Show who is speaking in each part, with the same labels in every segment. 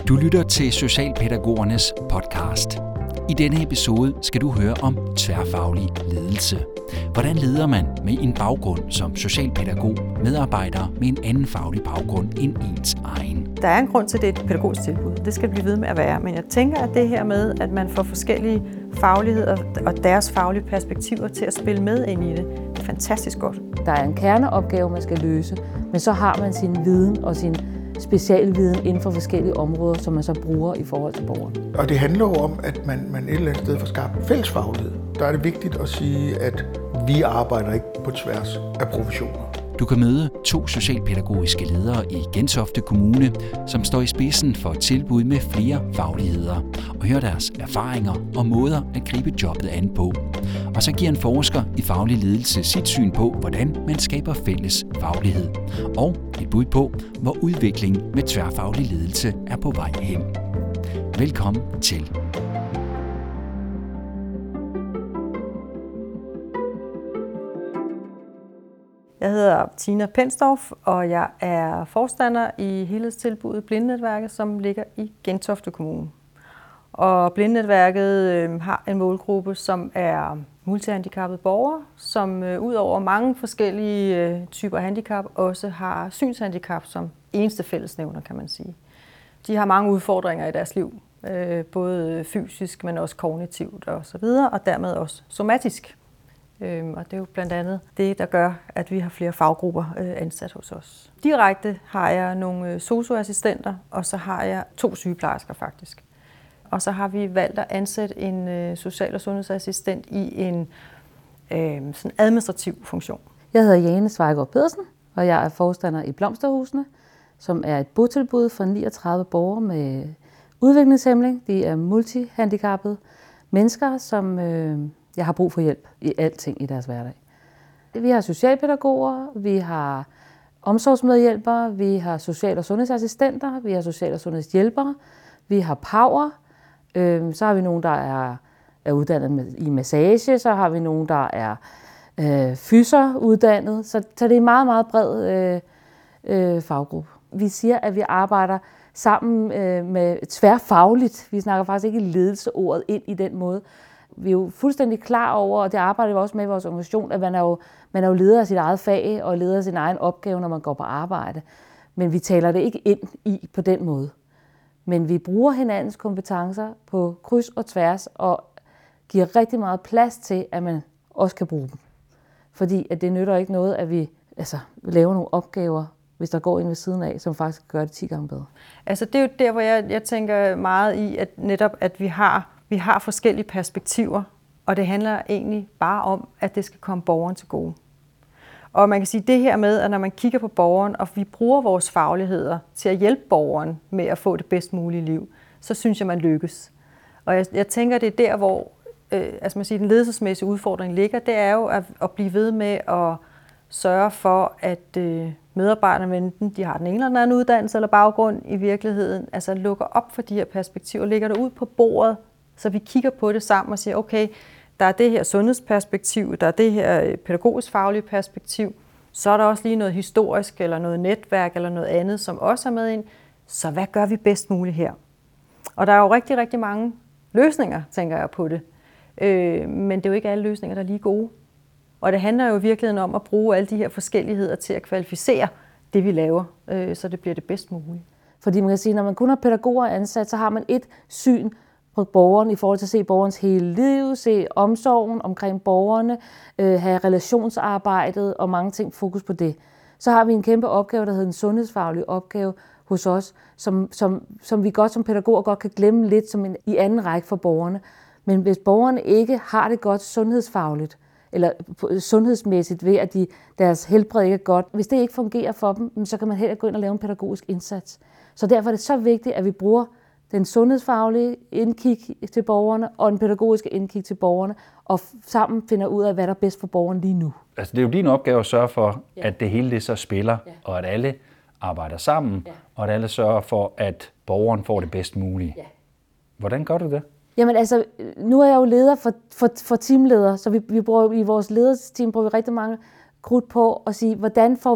Speaker 1: Du lytter til Socialpædagogernes podcast. I denne episode skal du høre om tværfaglig ledelse. Hvordan leder man med en baggrund som socialpædagog medarbejdere med en anden faglig baggrund end ens egen?
Speaker 2: Der er en grund til, at det er et pædagogisk tilbud. Det skal blive ved med at være. Men jeg tænker, at det her med, at man får forskellige fagligheder og deres faglige perspektiver til at spille med ind i det, er fantastisk godt.
Speaker 3: Der er en kerneopgave, man skal løse, men så har man sin viden og sin specialviden inden for forskellige områder, som man så bruger i forhold til borgeren.
Speaker 4: Og det handler jo om, at man et eller andet sted får skabt fællesfaglighed. Der er det vigtigt at sige, at vi arbejder ikke på tværs af professioner.
Speaker 1: Du kan møde 2 socialpædagogiske ledere i Gentofte Kommune, som står i spidsen for et tilbud med flere fagligheder, og høre deres erfaringer og måder at gribe jobbet an på. Og så giver en forsker i faglig ledelse sit syn på, hvordan man skaber fælles faglighed, og et bud på, hvor udvikling med tværfaglig ledelse er på vej hen. Velkommen til.
Speaker 2: Jeg hedder Tina Pensdorf, og jeg er forstander i helhedstilbuddet Blindenetværket, som ligger i Gentofte Kommune. Og Blindenetværket har en målgruppe, som er multihandicappede borgere, som ud over mange forskellige typer handicap også har synshandicap som eneste fællesnævner, kan man sige. De har mange udfordringer i deres liv, både fysisk, men også kognitivt og så videre, og dermed også somatisk. Og det er jo blandt andet det, der gør, at vi har flere faggrupper ansat hos os. Direkte har jeg nogle sosu-assistenter, og så har jeg 2 sygeplejersker faktisk. Og så har vi valgt at ansætte en social- og sundhedsassistent i en sådan administrativ funktion.
Speaker 3: Jeg hedder Jane Svejgaard Pedersen, og jeg er forstander i Blomsterhusene, som er et botilbud for 39 borgere med udviklingshæmning. De er multihandicappede mennesker, som jeg har brug for hjælp i alting i deres hverdag. Vi har socialpædagoger, vi har omsorgsmedhjælpere, vi har social- og sundhedsassistenter, vi har social- og sundhedshjælpere, vi har power, så har vi nogen, der er uddannet i massage, så har vi nogen, der er fyseruddannet, så det er en meget, meget bred faggruppe. Vi siger, at vi arbejder sammen med tværfagligt. Vi snakker faktisk ikke ledelseordet ind i den måde. Vi er jo fuldstændig klar over, og det arbejder vi også med i vores organisation, at man er jo leder af sit eget fag og leder af sin egen opgave, når man går på arbejde. Men vi taler det ikke ind i på den måde. Men vi bruger hinandens kompetencer på kryds og tværs og giver rigtig meget plads til, at man også kan bruge dem. Fordi at det nytter ikke noget, at vi laver nogle opgaver, hvis der går en ved siden af, som faktisk gør det 10 gange bedre.
Speaker 2: Altså det er jo der, hvor jeg tænker meget i, at netop at vi har forskellige perspektiver, og det handler egentlig bare om, at det skal komme borgeren til gode. Og man kan sige det her med, at når man kigger på borgeren, og vi bruger vores fagligheder til at hjælpe borgeren med at få det bedst mulige liv, så synes jeg, man lykkes. Og jeg tænker, det er der, hvor den ledelsesmæssige udfordring ligger, det er jo at blive ved med at sørge for, at medarbejderne, enten de har den ene eller den anden uddannelse eller baggrund i virkeligheden, altså lukker op for de her perspektiver, lægger det ud på bordet, så vi kigger på det sammen og siger, okay, der er det her sundhedsperspektiv, der er det her pædagogisk faglige perspektiv, så er der også lige noget historisk eller noget netværk eller noget andet, som også er med ind. Så hvad gør vi bedst muligt her? Og der er jo rigtig, rigtig mange løsninger, tænker jeg på det. Men det er jo ikke alle løsninger, der er lige gode. Og det handler jo i virkeligheden om at bruge alle de her forskelligheder til at kvalificere det, vi laver, så det bliver det bedst muligt.
Speaker 3: Fordi man kan sige, når man kun har pædagoger ansat, så har man et syn på borgeren i forhold til at se borgerens hele liv, se omsorgen omkring borgerne, have relationsarbejdet og mange ting fokus på det. Så har vi en kæmpe opgave, der hedder en sundhedsfaglig opgave hos os, som vi godt som pædagoger godt kan glemme lidt som i anden række for borgerne. Men hvis borgerne ikke har det godt sundhedsfagligt, eller sundhedsmæssigt ved, at deres helbred ikke er godt, hvis det ikke fungerer for dem, så kan man heller gå ind og lave en pædagogisk indsats. Så derfor er det så vigtigt, at vi bruger den sundhedsfaglige indkig til borgerne og den pædagogiske indkig til borgerne, og sammen finder ud af, hvad der er bedst for borgeren lige nu.
Speaker 5: Altså, det er jo din opgave at sørge for, at det hele det så spiller, og at alle arbejder sammen, og at alle sørger for, at borgeren får det bedst mulige. Hvordan gør du det?
Speaker 3: Jamen altså, nu er jeg jo leder for teamleder, så vi bruger i vores ledersteam rigtig mange krudt på at sige, hvordan får vi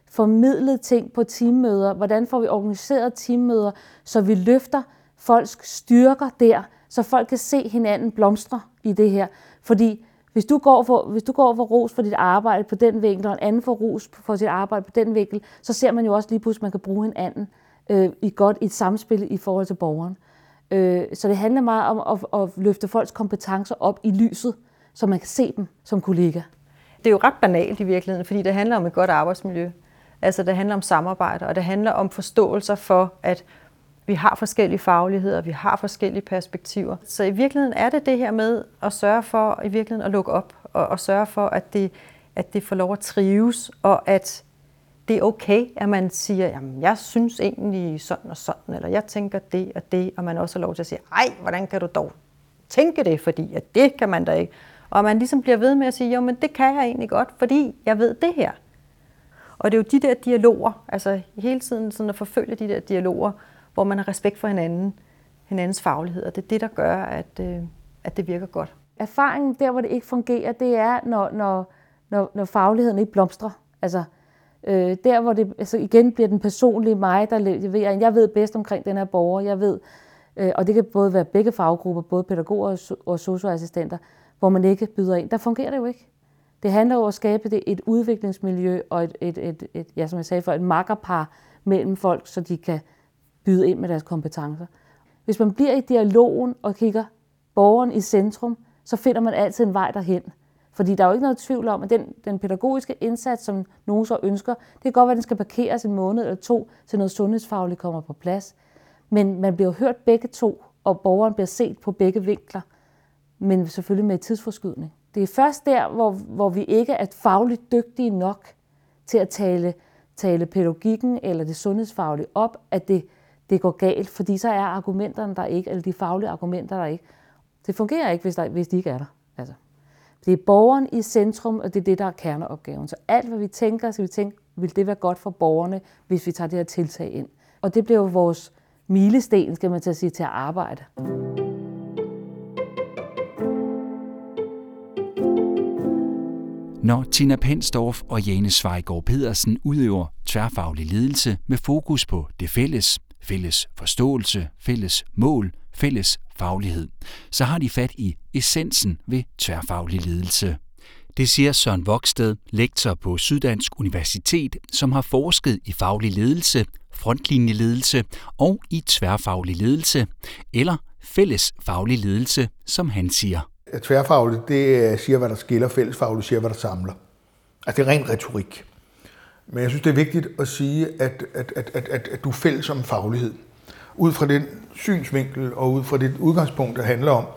Speaker 3: formidlet ting på teammøder? Hvordan får vi organiseret teammøder, så vi løfter folks styrker der, så folk kan se hinanden blomstre i det her? Fordi hvis du går for ros for dit arbejde på den vinkel, og en anden får ros for sit arbejde på den vinkel, så ser man jo også lige pludselig, at man kan bruge hinanden i et samspil i forhold til borgeren. Så det handler meget om at løfte folks kompetencer op i lyset, så man kan se dem som kollega.
Speaker 2: Det er jo ret banalt i virkeligheden, fordi det handler om et godt arbejdsmiljø. Altså det handler om samarbejde, og det handler om forståelser for, at vi har forskellige fagligheder, vi har forskellige perspektiver. Så i virkeligheden er det her med at sørge for i virkeligheden at lukke op, og sørge for, at det får lov at trives, og at det er okay, at man siger, jamen jeg synes egentlig sådan og sådan, eller jeg tænker det og det, og man også har lov til at sige, ej, hvordan kan du dog tænke det, fordi at det kan man da ikke. Og man ligesom bliver ved med at sige, jo, men det kan jeg egentlig godt, fordi jeg ved det her. Og det er jo de der dialoger, altså hele tiden sådan at forfølge de der dialoger, hvor man har respekt for hinandens fagligheder. Det er det, der gør, at det virker godt.
Speaker 3: Erfaringen der, hvor det ikke fungerer, det er, når fagligheden ikke blomstrer. Altså, der, hvor det igen bliver den personlige mig, der leverer. Jeg ved bedst omkring den her borger. Jeg ved, og det kan både være begge faggrupper, både pædagoger og socioassistenter, hvor man ikke byder ind. Der fungerer det jo ikke. Det handler jo om at skabe et udviklingsmiljø og som jeg sagde før, et makkerpar mellem folk, så de kan byde ind med deres kompetencer. Hvis man bliver i dialogen og kigger borgeren i centrum, så finder man altid en vej derhen. Fordi der er jo ikke noget tvivl om, at den pædagogiske indsats, som nogen så ønsker, det kan godt være, at den skal parkeres en måned eller to, til noget sundhedsfagligt kommer på plads. Men man bliver jo hørt begge to, og borgeren bliver set på begge vinkler, men selvfølgelig med tidsforskydning. Det er først der, hvor vi ikke er fagligt dygtige nok til at tale pædagogikken eller det sundhedsfaglige op, at det går galt, fordi så er argumenterne der ikke, eller de faglige argumenter der ikke. Det fungerer ikke, hvis de ikke er der. Altså. Det er borgeren i centrum, og det er det, der er kerneopgaven. Så alt, hvad vi tænker, skal vi tænke, vil det være godt for borgerne, hvis vi tager det her tiltag ind. Og det bliver jo vores milesten, skal man til at sige, til at arbejde.
Speaker 1: Når Tina Pensdorf og Jane Svejgaard Pedersen udøver tværfaglig ledelse med fokus på det fælles forståelse, fælles mål, fælles faglighed, så har de fat i essensen ved tværfaglig ledelse. Det siger Søren Voksted, lektor på Syddansk Universitet, som har forsket i faglig ledelse, frontlinjeledelse og i tværfaglig ledelse, eller fælles faglig ledelse, som han siger.
Speaker 4: Tværfagligt, det siger, hvad der skiller, fællesfagligt siger, hvad der samler. Altså det er ren retorik. Men jeg synes, det er vigtigt at sige, at du er fælles om faglighed. Ud fra den synsvinkel og ud fra det udgangspunkt, der handler om,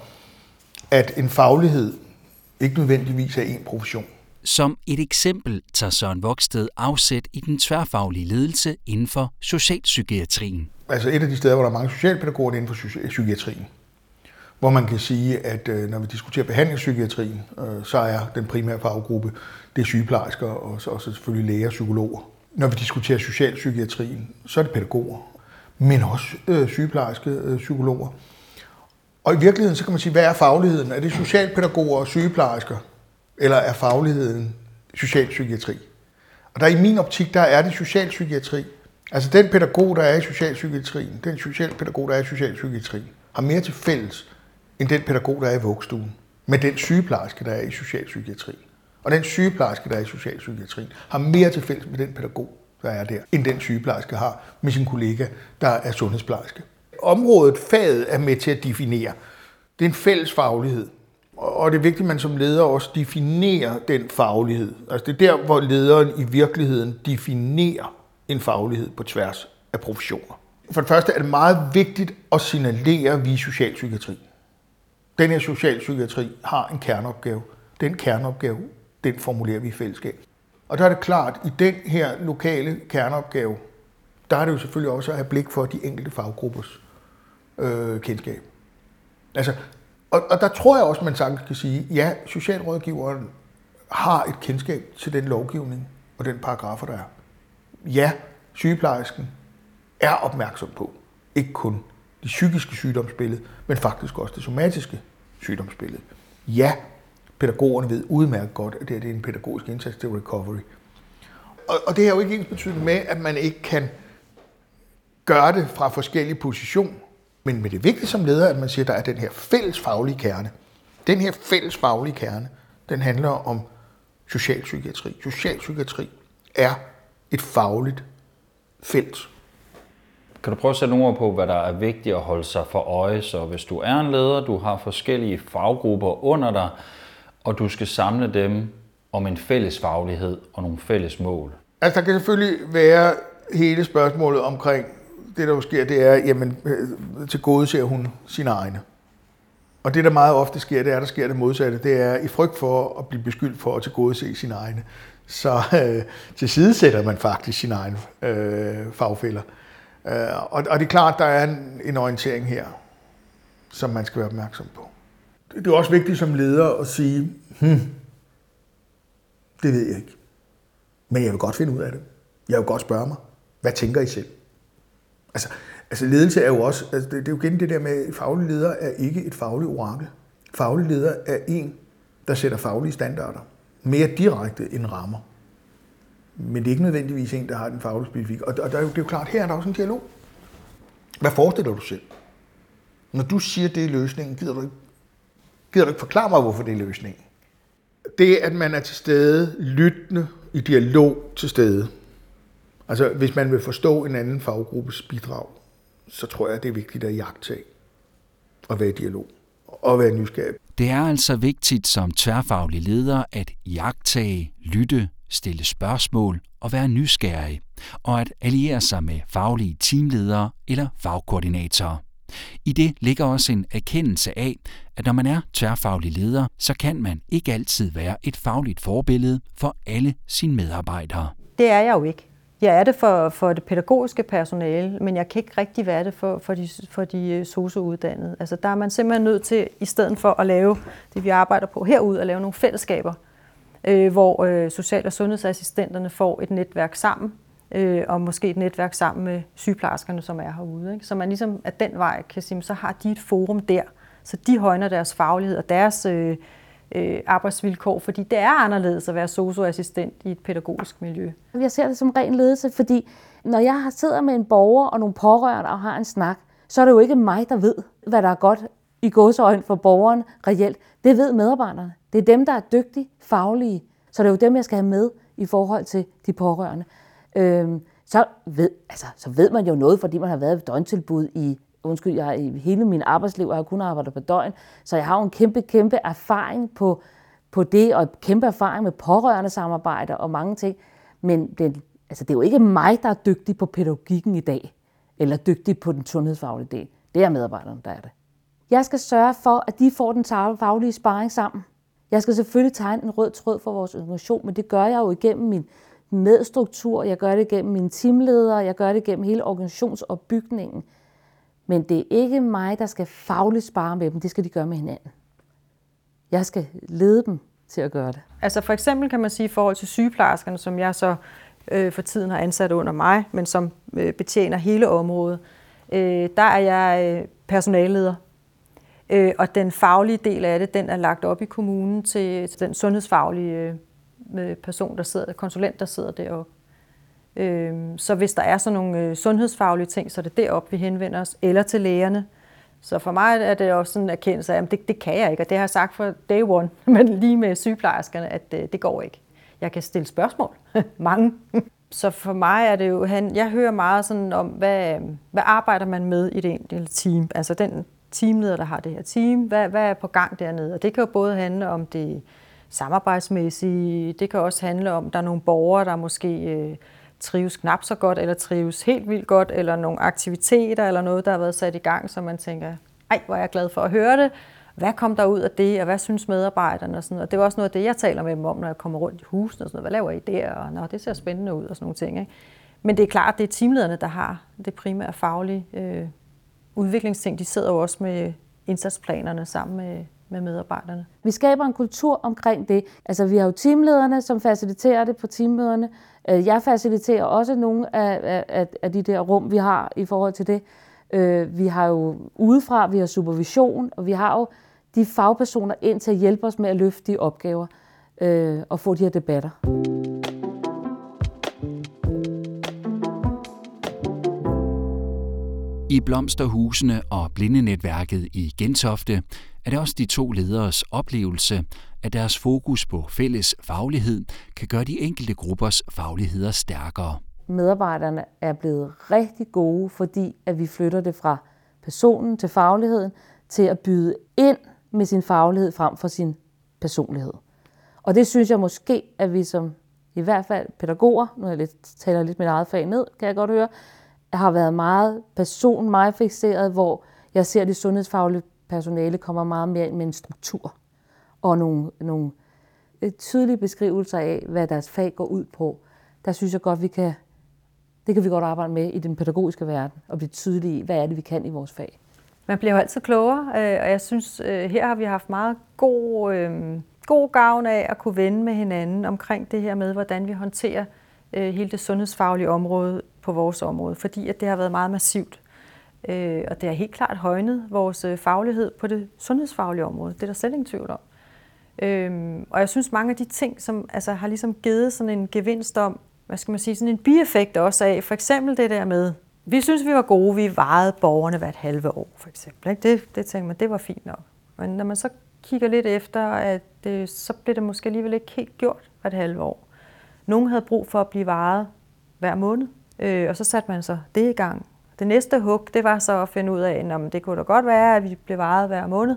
Speaker 4: at en faglighed ikke nødvendigvis er en profession.
Speaker 1: Som et eksempel tager Søren Voksted afsæt i den tværfaglige ledelse inden for socialpsykiatrien.
Speaker 4: Altså et af de steder, hvor der er mange socialpædagoger inden for psykiatrien. Hvor man kan sige, at når vi diskuterer behandlingspsykiatrien, så er den primære faggruppe, det er sygeplejersker og så selvfølgelig læger og psykologer. Når vi diskuterer socialpsykiatrien, så er det pædagoger, men også sygeplejerske, psykologer. Og i virkeligheden, så kan man sige, hvad er fagligheden? Er det socialpædagoger og sygeplejersker, eller er fagligheden socialpsykiatri? Og der i min optik, der er det socialpsykiatri. Altså den pædagog, der er i socialpsykiatrien, den socialpædagog, der er i socialpsykiatrien, har mere til fælles end den pædagog, der er i vuggestuen, med den sygeplejerske, der er i socialpsykiatrien. Og den sygeplejerske, der er i socialpsykiatrien, har mere til fælles med den pædagog, der er der, end den sygeplejerske har med sin kollega, der er sundhedsplejerske. Området, faget, er med til at definere. Det er en fælles faglighed. Og det er vigtigt, at man som leder også definerer den faglighed. Altså det er der, hvor lederen i virkeligheden definerer en faglighed på tværs af professioner. For det første er det meget vigtigt at signalere, at vi er socialpsykiatri. Den her socialpsykiatri har en kerneopgave. Den kerneopgave, den formulerer vi i fællesskab. Og der er det klart, at i den her lokale kerneopgave, der er det jo selvfølgelig også at have blik for de enkelte faggruppers kendskab. Altså, og der tror jeg også, man sagtens kan sige, ja, socialrådgiveren har et kendskab til den lovgivning og den paragrafer, der er. Ja, sygeplejersken er opmærksom på, ikke kun det psykiske sygdomsbillede, men faktisk også det somatiske sygdomsbillede. Ja, pædagogerne ved udmærket godt, at det er en pædagogisk indsats til recovery. Og det er jo ikke ensbetydende med, at man ikke kan gøre det fra forskellige positioner. Men det vigtige som leder, at man siger, at der er den her fælles faglige kerne. Den her fælles faglige kerne, den handler om socialpsykiatri. Socialpsykiatri er et fagligt felt.
Speaker 5: Kan du prøve at sætte nogle ord på, hvad der er vigtigt at holde sig for øje? Så hvis du er en leder, du har forskellige faggrupper under dig, og du skal samle dem om en fælles faglighed og nogle fælles mål.
Speaker 4: Altså der kan selvfølgelig være hele spørgsmålet omkring, det der jo sker, det er, jamen tilgodeser hun sine egne. Og det der meget ofte sker, det er, der sker det modsatte, det er i frygt for at blive beskyldt for at tilgodese sine egne. Så tilsidesætter man faktisk sine egne fagfæller. Og det er klart, der er en orientering her, som man skal være opmærksom på. Det er også vigtigt som leder at sige, det ved jeg ikke. Men jeg vil godt finde ud af det. Jeg vil godt spørge mig, hvad tænker I selv? Altså ledelse er jo også, altså det er jo igen det der med, at faglig leder er ikke et fagligt orakel. Faglig leder er en, der sætter faglige standarder. Mere direkte end rammer. Men det er ikke nødvendigvis en, der har den faglige specifik. Og det er jo klart, her er der også en dialog. Hvad forestiller du selv? Når du siger, det er løsningen, gider du ikke forklare mig, hvorfor det er løsningen? Det, at man er til stede, lyttende, i dialog til stede. Altså, hvis man vil forstå en anden faggruppes bidrag, så tror jeg, det er vigtigt at iagttage og være i dialog og være nysgerrig.
Speaker 1: Det er altså vigtigt som tværfaglig leder at iagttage, lytte, stille spørgsmål og være nysgerrig, og at alliere sig med faglige teamledere eller fagkoordinatorer. I det ligger også en erkendelse af, at når man er tværfaglig leder, så kan man ikke altid være et fagligt forbillede for alle sine medarbejdere. Det er jeg jo ikke. Jeg er det for det pædagogiske personale, men jeg kan ikke rigtig være det for de sosu-uddannede. Altså, der er man simpelthen nødt til, i stedet for at lave det, vi arbejder på herude, at lave nogle fællesskaber, hvor social- og sundhedsassistenterne får et netværk sammen, og måske et netværk sammen med sygeplejerskerne, som er herude. Ikke? Så man ligesom af den vej kan sige, så har de et forum der, så de højner deres faglighed og deres arbejdsvilkår, fordi det er anderledes at være sosu-assistent i et pædagogisk miljø. Jeg ser det som ren ledelse, fordi når jeg sidder med en borger og nogle pårørende og har en snak, så er det jo ikke mig, der ved, hvad der er godt i gåseøjne for borgeren reelt. Det ved medarbejderne. Det er dem, der er dygtige, faglige. Så det er jo dem, jeg skal have med i forhold til de pårørende. Så ved man jo noget, fordi man har været i døgntilbud i hele min arbejdsliv, og jeg har kun arbejdet på døgn. Så jeg har jo en kæmpe erfaring på det, og kæmpe erfaring med pårørende samarbejde og mange ting. Men det er jo ikke mig, der er dygtig på pædagogikken i dag, eller dygtig på den sundhedsfaglige del. Det er medarbejderne, der er det. Jeg skal sørge for, at de får den faglige sparring sammen. Jeg skal selvfølgelig tegne en rød tråd for vores organisation, men det gør jeg jo igennem min medstruktur, jeg gør det igennem mine teamledere, jeg gør det igennem hele organisationsopbygningen. Men det er ikke mig, der skal fagligt spare med dem, det skal de gøre med hinanden. Jeg skal lede dem til at gøre det. Altså for eksempel kan man sige i forhold til sygeplejerskerne, som jeg så for tiden har ansat under mig, men som betjener hele området, der er jeg personalleder. Og den faglige del af det, den er lagt op i kommunen til den sundhedsfaglige person, der sidder, konsulent, der sidder deroppe. Så hvis der er sådan nogle sundhedsfaglige ting, så er det deroppe, vi henvender os, eller til lægerne. Så for mig er det også sådan en erkendelse af, at det kan jeg ikke, og det har jeg sagt fra day one, men lige med sygeplejerskerne, at det går ikke. Jeg kan stille spørgsmål. Mange. Så for mig er det jo, jeg hører meget sådan om, hvad arbejder man med i det enkelte team? Altså den teamleder, der har det her team, hvad er på gang dernede? Og det kan jo både handle om det samarbejdsmæssige, det kan også handle om, at der er nogle borgere, der måske trives knap så godt, eller trives helt vildt godt, eller nogle aktiviteter, eller noget, der har været sat i gang, så man tænker, ej, hvor er jeg glad for at høre det. Hvad kom der ud af det, og hvad synes medarbejderne? Og sådan noget. Og det var også noget af det, jeg taler med dem om, når jeg kommer rundt i husene, og sådan noget. Hvad laver I der? Og det ser spændende ud, og sådan nogle ting. Ikke? Men det er klart, det er teamlederne, der har det primære faglige udviklingsting. De sidder jo også med indsatsplanerne sammen med medarbejderne. Vi skaber en kultur omkring det. Altså, vi har jo teamlederne, som faciliterer det på teammøderne. Jeg faciliterer også nogle af de der rum, vi har i forhold til det. Vi har jo udefra, vi har supervision, og vi har jo de fagpersoner ind til at hjælpe os med at løfte de opgaver og få de her debatter. I Blomsterhusene og Blindenetværket i Gentofte er det også de to lederes oplevelse, at deres fokus på fælles faglighed kan gøre de enkelte gruppers fagligheder stærkere.
Speaker 3: Medarbejderne er blevet rigtig gode, fordi at vi flytter det fra personen til fagligheden, til at byde ind med sin faglighed frem for sin personlighed. Og det synes jeg måske, at vi som i hvert fald pædagoger, nu taler lidt mit eget fag ned, kan jeg godt høre, har været meget mig fikseret, hvor jeg ser, at det sundhedsfaglige personale kommer meget mere med en struktur og nogle tydelige beskrivelser af, hvad deres fag går ud på. Der synes jeg godt, det kan vi godt arbejde med i den pædagogiske verden, og blive tydelige i, hvad er det, vi kan i vores fag.
Speaker 2: Man bliver jo altid klogere, og jeg synes, her har vi haft meget god gavn af at kunne vende med hinanden omkring det her med, hvordan vi håndterer hele det sundhedsfaglige område på vores område, fordi at det har været meget massivt. Og det har helt klart højnet vores faglighed på det sundhedsfaglige område. Det er der slet ingen tvivl om. Og jeg synes, mange af de ting, som har ligesom givet sådan en gevinst om, sådan en bieffekt også af, for eksempel det der med, vi synes, vi var gode, vi varede borgerne hvert halve år, for eksempel. Ikke? Det tænkte man, det var fint nok. Men når man så kigger lidt efter, at så blev det måske alligevel ikke helt gjort hvert halve år. Nogen havde brug for at blive varet hver måned, og så satte man så det i gang. Det næste hug, det var så at finde ud af, at det kunne da godt være, at vi blev varet hver måned.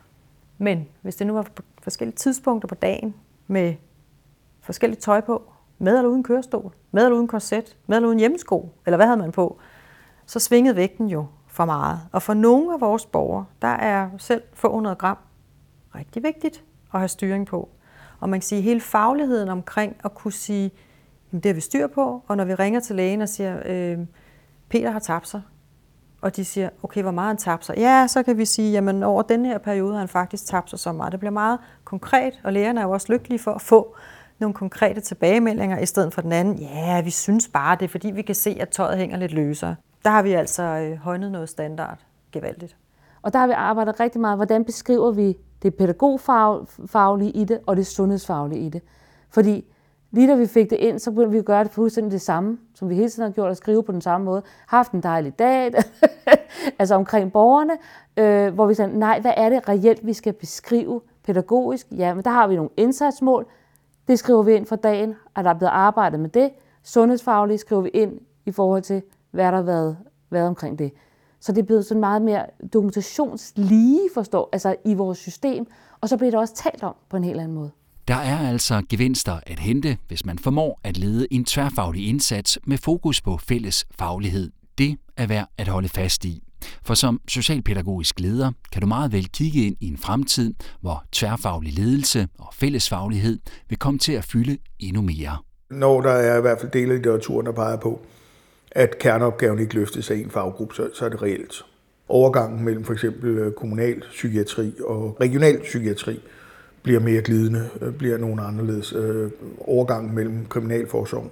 Speaker 2: Men hvis det nu var på forskellige tidspunkter på dagen, med forskelligt tøj på, med eller uden kørestol, med eller uden korset, med eller uden hjemmesko, eller hvad havde man på, så svingede vægten jo for meget. Og for nogle af vores borgere, der er selv få 100 gram rigtig vigtigt at have styring på. Og man kan sige, hele fagligheden omkring at kunne sige, det har vi styr på, og når vi ringer til lægen og siger, Peter har tabt sig, og de siger, okay, hvor meget han tabt sig? Ja, så kan vi sige, jamen over den her periode har han faktisk tabt sig så meget. Det bliver meget konkret, og lægerne er jo også lykkelige for at få nogle konkrete tilbagemeldinger, i stedet for den anden, ja, vi synes bare, det er fordi, vi kan se, at tøjet hænger lidt løsere. Der har vi altså højnet noget standard gevaldigt.
Speaker 3: Og der har vi arbejdet rigtig meget, hvordan beskriver vi det pædagogfaglige i det, og det sundhedsfaglige i det. Fordi lige da vi fik det ind, så begyndte vi at gøre det fuldstændig det samme, som vi hele tiden har gjort, at skrive på den samme måde. Haft en dejlig dag, altså omkring borgerne, hvor vi sagde, nej, hvad er det reelt, vi skal beskrive pædagogisk? Ja, men der har vi nogle indsatsmål. Det skriver vi ind for dagen, at der er blevet arbejdet med det. Sundhedsfagligt skriver vi ind i forhold til, hvad der har været omkring det. Så det er blevet sådan meget mere dokumentationslige, altså i vores system, og så bliver det også talt om på en helt anden måde.
Speaker 1: Der er altså gevinster at hente, hvis man formår at lede en tværfaglig indsats med fokus på fælles faglighed. Det er værd at holde fast i. For som socialpædagogisk leder kan du meget vel kigge ind i en fremtid, hvor tværfaglig ledelse og fællesfaglighed vil komme til at fylde endnu mere.
Speaker 4: Når der er i hvert fald dele af litteraturen, der peger på, at kerneopgaven ikke løftes af en faggruppe, så er det reelt. Overgangen mellem for eksempel kommunal psykiatri og regional psykiatri bliver mere glidende, bliver nogle anderledes. Overgangen mellem kriminalforsorg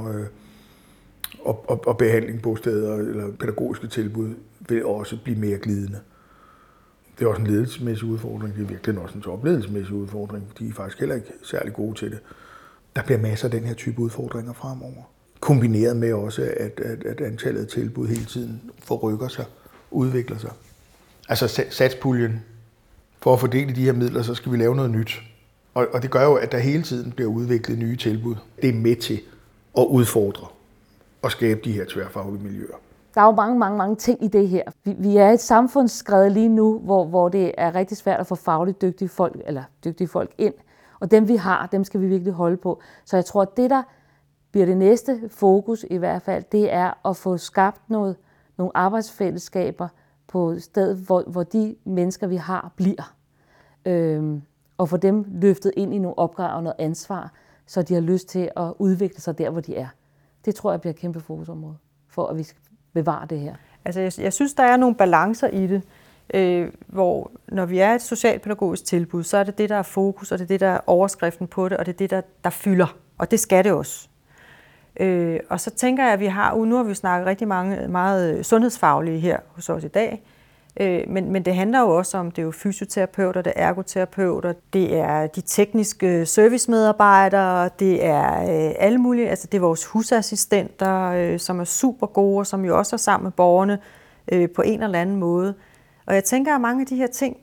Speaker 4: og behandling på steder eller pædagogiske tilbud vil også blive mere glidende. Det er også en ledelsesmæssig udfordring, det er virkelig også en topledelsesmæssig udfordring, de er faktisk heller ikke særlig gode til det. Der bliver masser af den her type udfordringer fremover. Kombineret med også, at antallet af tilbud hele tiden forrykker sig, udvikler sig. Altså satspuljen, for at fordele de her midler, så skal vi lave noget nyt. Og det gør jo, at der hele tiden bliver udviklet nye tilbud. Det er med til at udfordre og skabe de her tværfaglige miljøer.
Speaker 3: Der er jo mange ting i det her. Vi er et samfundsskred lige nu, hvor det er rigtig svært at få fagligt dygtige folk ind. Og dem vi har, dem skal vi virkelig holde på. Så jeg tror, at det der bliver det næste fokus i hvert fald, det er at få skabt nogle arbejdsfællesskaber på stedet, hvor de mennesker, vi har, bliver. Og få dem løftet ind i nogle opgaver og noget ansvar, så de har lyst til at udvikle sig der, hvor de er. Det tror jeg bliver et kæmpe fokusområde, for at vi skal bevare det her.
Speaker 2: Altså, jeg synes, der er nogle balancer i det, hvor når vi er et socialpædagogisk tilbud, så er det det, der er fokus, og det er det, der er overskriften på det, og det er det, der fylder. Og det skal det også. Og så tænker jeg, at nu har vi snakket rigtig meget sundhedsfaglige her hos os i dag, men det handler jo også om, det er jo fysioterapeuter, det er ergoterapeuter, det er de tekniske servicemedarbejdere, det er alle mulige, altså det er vores husassistenter, som er super gode, og som jo også er sammen med borgerne, på en eller anden måde. Og jeg tænker, at mange af de her ting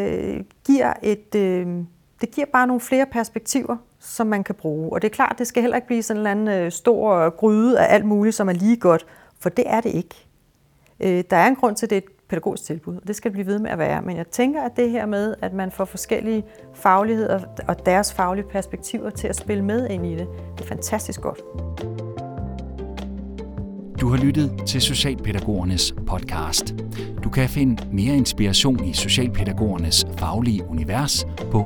Speaker 2: det giver bare nogle flere perspektiver, som man kan bruge. Og det er klart, det skal heller ikke blive sådan en eller anden stor gryde af alt muligt, som er lige godt, for det er det ikke. Der er en grund til, at det er et pædagogisk tilbud, og det skal det blive ved med at være. Men jeg tænker, at det her med, at man får forskellige fagligheder og deres faglige perspektiver til at spille med ind i det, det er fantastisk godt.
Speaker 1: Du har lyttet til Socialpædagogernes podcast. Du kan finde mere inspiration i Socialpædagogernes faglige univers på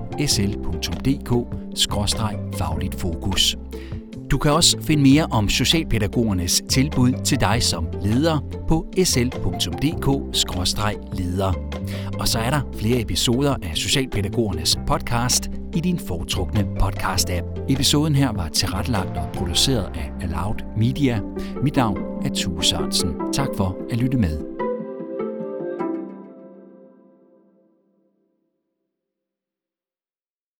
Speaker 1: sl.dk/fagligt fokus. Du kan også finde mere om Socialpædagogernes tilbud til dig som leder på sl.dk/leder. Og så er der flere episoder af Socialpædagogernes podcast i din foretrukne podcast-app. Episoden her var tilrettelagt og produceret af Aloud Media. Mit navn er Tue Sørensen. Tak for at lytte med.